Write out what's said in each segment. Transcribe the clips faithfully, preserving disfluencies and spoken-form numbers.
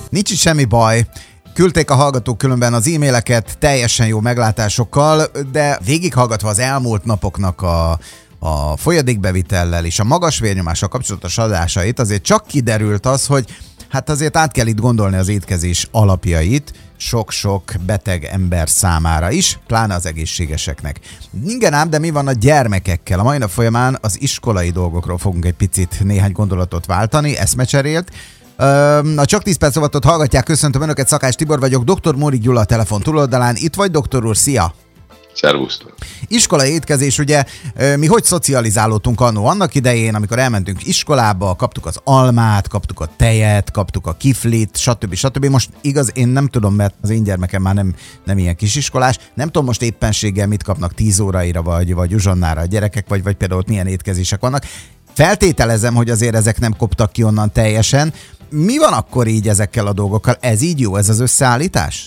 Nincs itt semmi baj. Küldték a hallgatók különben az e-maileket teljesen jó meglátásokkal, de végighallgatva az elmúlt napoknak a, a folyadékbevitellel és a magas vérnyomással kapcsolatos adásait, azért csak kiderült az, hogy hát azért át kell itt gondolni az étkezés alapjait sok-sok beteg ember számára is, pláne az egészségeseknek. Igen ám, de mi van a gyermekekkel? A mai nap folyamán az iskolai dolgokról fogunk egy picit néhány gondolatot váltani, eszmecserélt. A Csak tíz perc rovatot hallgatják, köszöntöm Önöket, Szakás Tibor vagyok, doktor Mórik Gyula a telefon túloldalán. Itt vagy, doktor úr, szia! Szervusztok! Iskolai étkezés, ugye mi hogy szocializálódtunk annó annak idején, amikor elmentünk iskolába, kaptuk az almát, kaptuk a tejet, kaptuk a kiflit, stb. stb. Most igaz, én nem tudom, mert az én gyermekem már nem, nem ilyen kisiskolás, nem tudom most éppenséggel mit kapnak tíz óraira, vagy, vagy uzsonnára a gyerekek, vagy, vagy például ott milyen étkezések vannak. Feltételezem, hogy azért ezek nem koptak ki onnan teljesen. Mi van akkor így ezekkel a dolgokkal? Ez így jó, ez az összeállítás?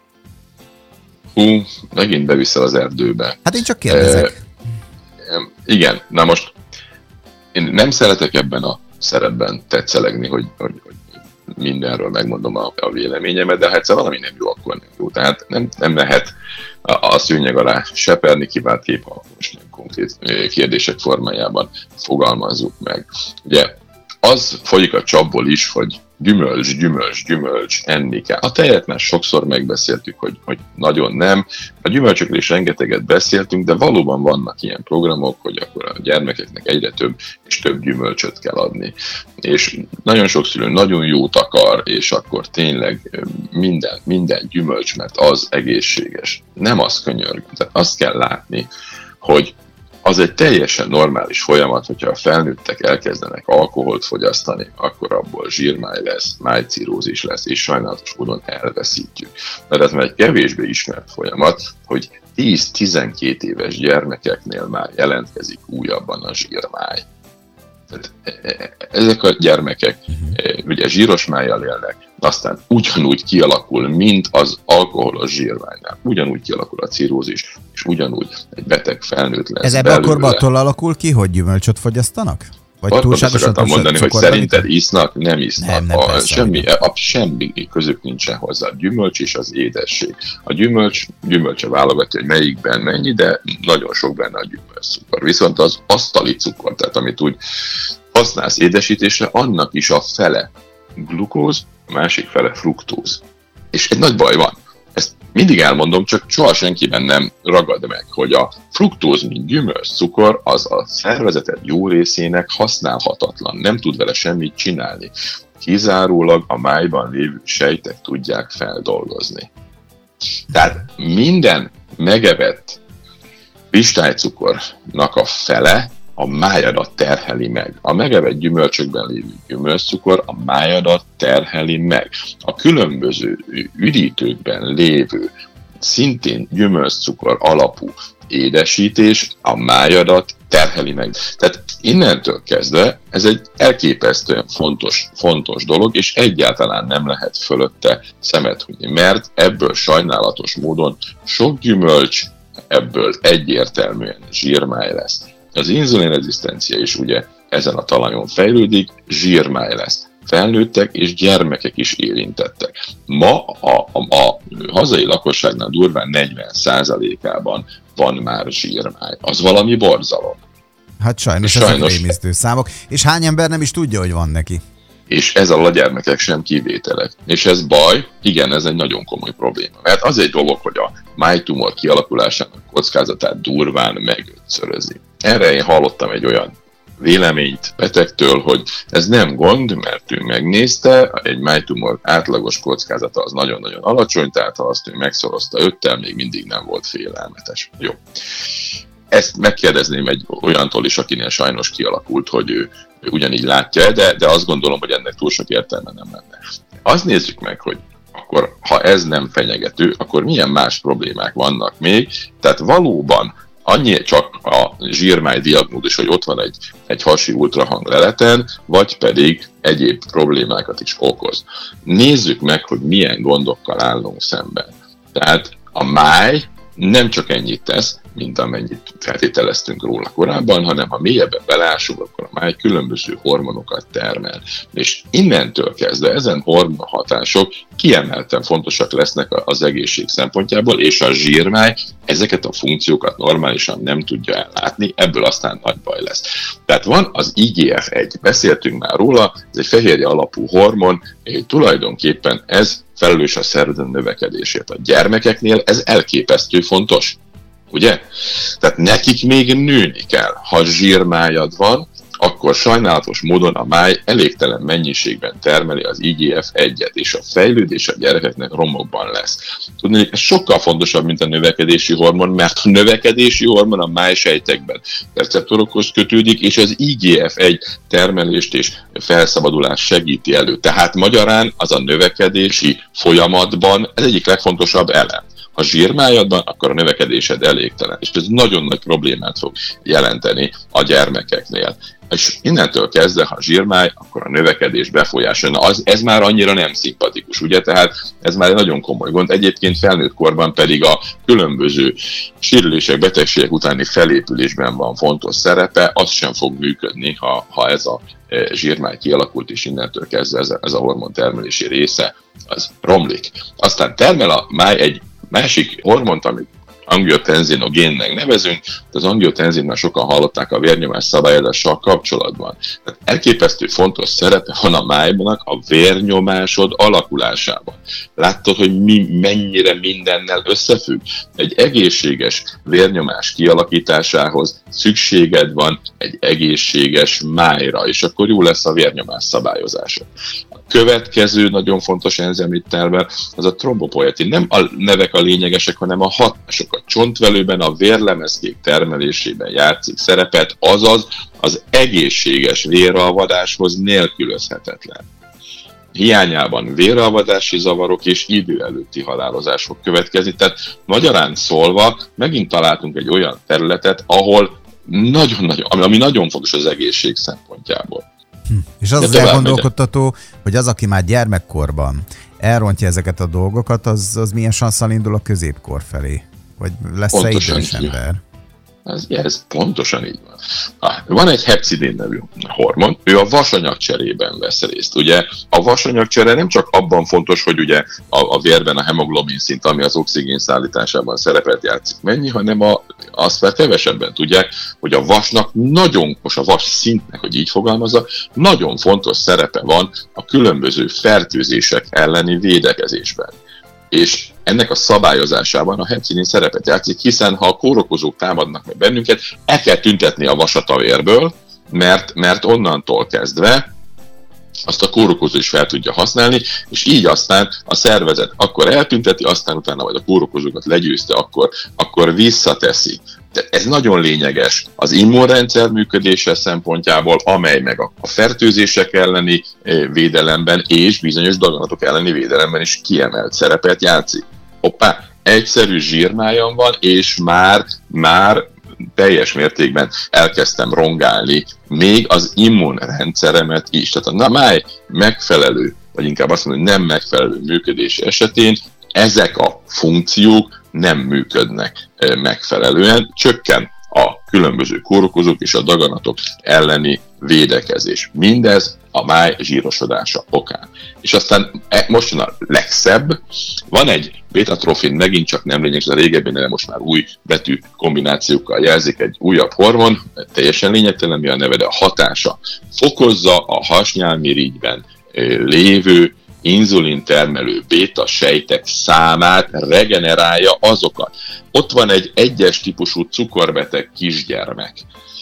Hú, megint beviszel az erdőbe. Hát én csak kérdezek. E, igen, na most én nem szeretek ebben a szerepben tetszelegni, hogy, hogy, hogy mindenről megmondom a, a véleményemet, de ha egyszer valami nem jó, akkor nem jó. Tehát nem, nem lehet a, a szőnyeg alá seperni, kivált kép, ha most nem konkrét kérdések formájában fogalmazzuk meg. Ugye az folyik a csapból is, hogy gyümölcs, gyümölcs, gyümölcs, enni kell. A tejet már sokszor megbeszéltük, hogy, hogy nagyon nem. A gyümölcsökről is rengeteget beszéltünk, de valóban vannak ilyen programok, hogy akkor a gyermekeknek egyre több és több gyümölcsöt kell adni. És nagyon sok szülő nagyon jót akar, és akkor tényleg minden, minden gyümölcs, mert az egészséges. Nem az könyörg. Tehát azt kell látni, hogy az egy teljesen normális folyamat, hogyha a felnőttek elkezdenek alkoholt fogyasztani, akkor abból zsírmáj lesz, májcirózis lesz, és sajnálatos módon elveszítjük. Mert ez már egy kevésbé ismert folyamat, hogy tíz-tizenkét éves gyermekeknél már jelentkezik újabban a zsírmáj. Tehát ezek a gyermekek ugye zsíros májjal élnek, aztán ugyanúgy kialakul, mint az alkoholos zsírmánynál. Ugyanúgy kialakul a cirózis, és ugyanúgy egy beteg felnőtt lesz. Ez ebben akkor attól alakul ki, hogy gyümölcsöt fogyasztanak? Vagy túlságosan mondani, hogy szerinted isznak, nem isznak. Nem, nem, a, persze, semmi, a, semmi közük nincsen hozzá. A gyümölcs és az édesség. A gyümölcs, gyümölcse válogatja, hogy melyikben mennyi, de nagyon sok benne a gyümölcscukor. Viszont az asztali cukor, tehát amit úgy használsz édesítésre, annak is a fele glukóz, a másik fele fruktóz. És egy nagy baj van. Ezt mindig elmondom, csak soha senkiben nem ragad meg, hogy a fruktóz, mint gyümölcscukor, az a szervezeted jó részének használhatatlan. Nem tud vele semmit csinálni. Kizárólag a májban lévő sejtek tudják feldolgozni. Tehát minden megevett kristálycukornak a fele a májadat terheli meg. A megevett gyümölcsökben lévő gyümölcscukor a májadat terheli meg. A különböző üdítőkben lévő, szintén gyümölcscukor alapú édesítés a májadat terheli meg. Tehát innentől kezdve ez egy elképesztően fontos, fontos dolog, és egyáltalán nem lehet fölötte szemet húzni, mert ebből sajnálatos módon sok gyümölcs, ebből egyértelműen zsírmáj lesz. Az inzulinrezisztencia is ugye ezen a talajon fejlődik, zsírmáj lesz. Felnőttek és gyermekek is érintettek. Ma a, a, a hazai lakosságnál durván negyven százalékában van már zsírmáj. Az valami borzalom. Hát sajnos, sajnos ezek rémisztő számok. És hány ember nem is tudja, hogy van neki? És ez a gyermekek sem kivételek. És ez baj, igen, ez egy nagyon komoly probléma. Mert az egy dolog, hogy a májtumor kialakulásának kockázatát durván megötszörözi. Erre én hallottam egy olyan véleményt betegtől, hogy ez nem gond, mert ő megnézte, egy májtumor átlagos kockázata az nagyon-nagyon alacsony, tehát ha azt ő megszorozta öttel, még mindig nem volt félelmetes. Jó. Ezt megkérdezném egy olyantól is, akinél sajnos kialakult, hogy ő, ő ugyanígy látja, de, de azt gondolom, hogy ennek túl sok értelme nem lenne. Azt nézzük meg, hogy akkor, ha ez nem fenyegető, akkor milyen más problémák vannak még. Tehát valóban annyi csak a zsírmáj diagnózis, hogy ott van egy, egy hasi ultrahang leleten, vagy pedig egyéb problémákat is okoz. Nézzük meg, hogy milyen gondokkal állunk szemben. Tehát a máj nem csak ennyit tesz, mint amennyit feltételeztünk róla korábban, hanem ha mélyebben belásunk, akkor a máj különböző hormonokat termel. És innentől kezdve ezen hormonhatások kiemelten fontosak lesznek az egészség szempontjából, és a zsírmáj ezeket a funkciókat normálisan nem tudja ellátni, ebből aztán nagy baj lesz. Tehát van az I G F egy, beszéltünk már róla, ez egy fehérje alapú hormon, és tulajdonképpen ez felelős a szervezet növekedésért. A gyermekeknél ez elképesztő fontos, ugye? Tehát nekik még nőni kell. Ha zsírmájad van, akkor sajnálatos módon a máj elégtelen mennyiségben termeli az I G F egyet, és a fejlődés a gyerekeknek romokban lesz. Tudni, ez sokkal fontosabb, mint a növekedési hormon, mert a növekedési hormon a májsejtekben receptorokhoz kötődik, és az I G F egy termelést és felszabadulást segíti elő. Tehát magyarán az a növekedési folyamatban ez egyik legfontosabb elem. Ha zsírmájadban, akkor a növekedésed elégtelen, és ez nagyon nagy problémát fog jelenteni a gyermekeknél. És innentől kezdve, ha zsírmáj, akkor a növekedés befolyásolja. Az, ez már annyira nem szimpatikus, ugye? Tehát ez már egy nagyon komoly gond. Egyébként felnőtt korban pedig a különböző sérülések, betegségek utáni felépülésben van fontos szerepe, az sem fog működni, ha, ha ez a zsírmáj kialakult, és innentől kezdve ez a, ez a hormon termelési része, az romlik. Aztán termel a máj egy másik hormont, amit angiotenzinogénnek nevezünk, az angiotenzinnal sokan hallották a vérnyomás szabályozással kapcsolatban. Tehát elképesztő fontos szerepe van a májnak a vérnyomásod alakulásában. Láttad, hogy mi mennyire mindennel összefügg? Egy egészséges vérnyomás kialakításához szükséged van egy egészséges májra, és akkor jó lesz a vérnyomás szabályozása. A következő nagyon fontos enzim termel, az a trombopoietin. Nem a nevek a lényegesek, hanem a hatások. A csontvelőben a vérlemezkék termelésében játszik szerepet, azaz az egészséges véralvadáshoz nélkülözhetetlen. Hiányában véralvadási zavarok és idő előtti halálozás fog következni. Tehát magyarán szólva megint találtunk egy olyan területet, ahol nagyon-nagyon, ami nagyon fontos az egészség szempontjából. Hm. És az az elgondolkodtató, hogy az, aki már gyermekkorban elrontja ezeket a dolgokat, az, az milyen sanszal indul a középkor felé? Vagy lesz-e idős ember? Ez, ez pontosan így van. Ah, van egy hepcidin nevű hormon, ő a vasanyagcserében vesz részt. Ugye a vasanyagcsere nem csak abban fontos, hogy ugye a, a vérben a hemoglobin szint, ami az oxigén szállításában szerepet játszik, mennyi, hanem a, azt már kevesebben tudják, hogy a vasnak nagyon, most a vas szintnek, hogy így fogalmazza, nagyon fontos szerepe van a különböző fertőzések elleni védekezésben. És ennek a szabályozásában a hepcidin szerepet játszik, hiszen ha a kórokozók támadnak meg bennünket, el kell tüntetni a vasat a vérből, mert, mert onnantól kezdve azt a kórokozó is fel tudja használni, és így aztán a szervezet akkor eltünteti, aztán utána majd a kórokozókat legyőzte, akkor, akkor visszateszi. De ez nagyon lényeges az immunrendszer működése szempontjából, amely meg a fertőzések elleni védelemben és bizonyos daganatok elleni védelemben is kiemelt szerepet játszik. Hoppá, egyszerű zsírmájam van, és már, már teljes mértékben elkezdtem rongálni még az immunrendszeremet is. Tehát a máj megfelelő, vagy inkább azt mondom, hogy nem megfelelő működés esetén ezek a funkciók nem működnek megfelelően, csökken a különböző kórokozók és a daganatok elleni védekezés. Mindez a máj zsírosodása okán. És aztán most jön a legszebb, van egy bétatrofin, megint csak nem lényeges, a régebbi neve most már új betű kombinációkkal jelzik, egy újabb hormon, teljesen lényegtelen, mi a neve, de a hatása fokozza a hasnyálmirigyben lévő inzulin termelő béta sejtek számát, regenerálja azokat. Ott van egy egyes típusú cukorbeteg kisgyermek.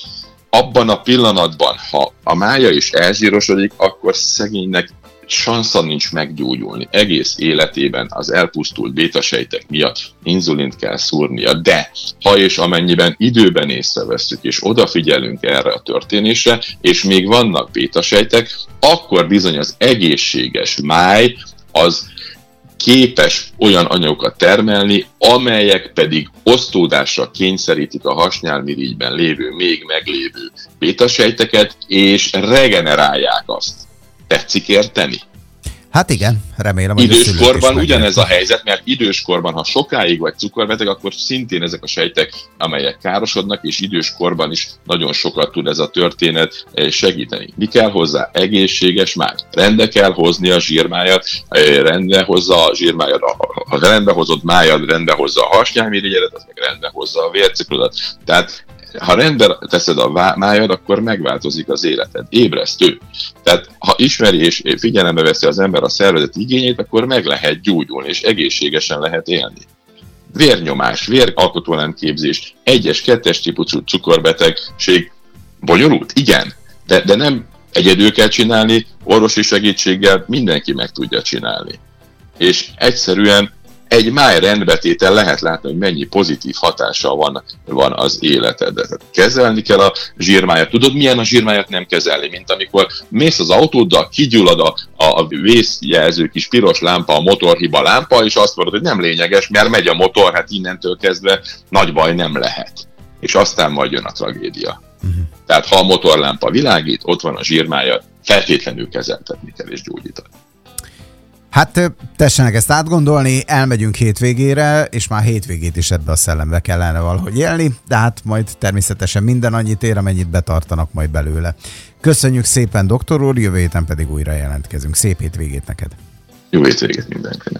Abban a pillanatban, ha a mája is elzsírosodik, akkor szegénynek sansza nincs meggyógyulni. Egész életében az elpusztult bétasejtek miatt inzulint kell szúrnia, de ha és amennyiben időben észrevesszük és odafigyelünk erre a történésre, és még vannak bétasejtek, akkor bizony az egészséges máj az képes olyan anyagokat termelni, amelyek pedig osztódásra kényszerítik a hasnyálmirigyben lévő, még meglévő bétasejteket, és regenerálják azt. Tetszik érteni? Hát igen, remélem, hogy időskorban ugyanez a helyzet, mert időskorban, ha sokáig vagy cukorbeteg, akkor szintén ezek a sejtek, amelyek károsodnak, és időskorban is nagyon sokat tud ez a történet segíteni. Mi kell hozzá? Egészséges máj. Rendbe kell hozni a zsírmájat, rendbe hozza a zsírmájat, ha rendbe hozott májad, rendbe hozza a harsnyálmirigyedet, az meg rendbe hozza a vérciklodat. Tehát ha rendbe teszed a májad, akkor megváltozik az életed. Ébresztő. Tehát ha ismeri és figyelembe veszi az ember a szervezet igényét, akkor meg lehet gyógyulni, és egészségesen lehet élni. Vérnyomás, véralkotólemképzés, egyes, kettes típusú cukorbetegség bonyolult? Igen, de, de nem egyedül kell csinálni, orvosi segítséggel mindenki meg tudja csinálni. És egyszerűen egy máj rendbetétel lehet látni, hogy mennyi pozitív hatással van, van az életedre. Kezelni kell a zsírmájat. Tudod, milyen a zsírmájat nem kezelni? Mint amikor mész az autóddal, kigyullad a, a vészjelző kis piros lámpa, a motorhiba lámpa, és azt mondod, hogy nem lényeges, mert megy a motor, hát innentől kezdve nagy baj nem lehet. És aztán majd jön a tragédia. Uh-huh. Tehát ha a motorlámpa világít, ott van a zsírmájat, feltétlenül kezeltetni kell és gyógyítani. Hát tessenek ezt átgondolni, elmegyünk hétvégére, és már hétvégét is ebbe a szellembe kellene valahogy élni, de hát majd természetesen minden annyit ér, amennyit betartanak majd belőle. Köszönjük szépen, doktor úr, jövő héten pedig újra jelentkezünk. Szép hétvégét neked! Jó hétvégét mindenkinek!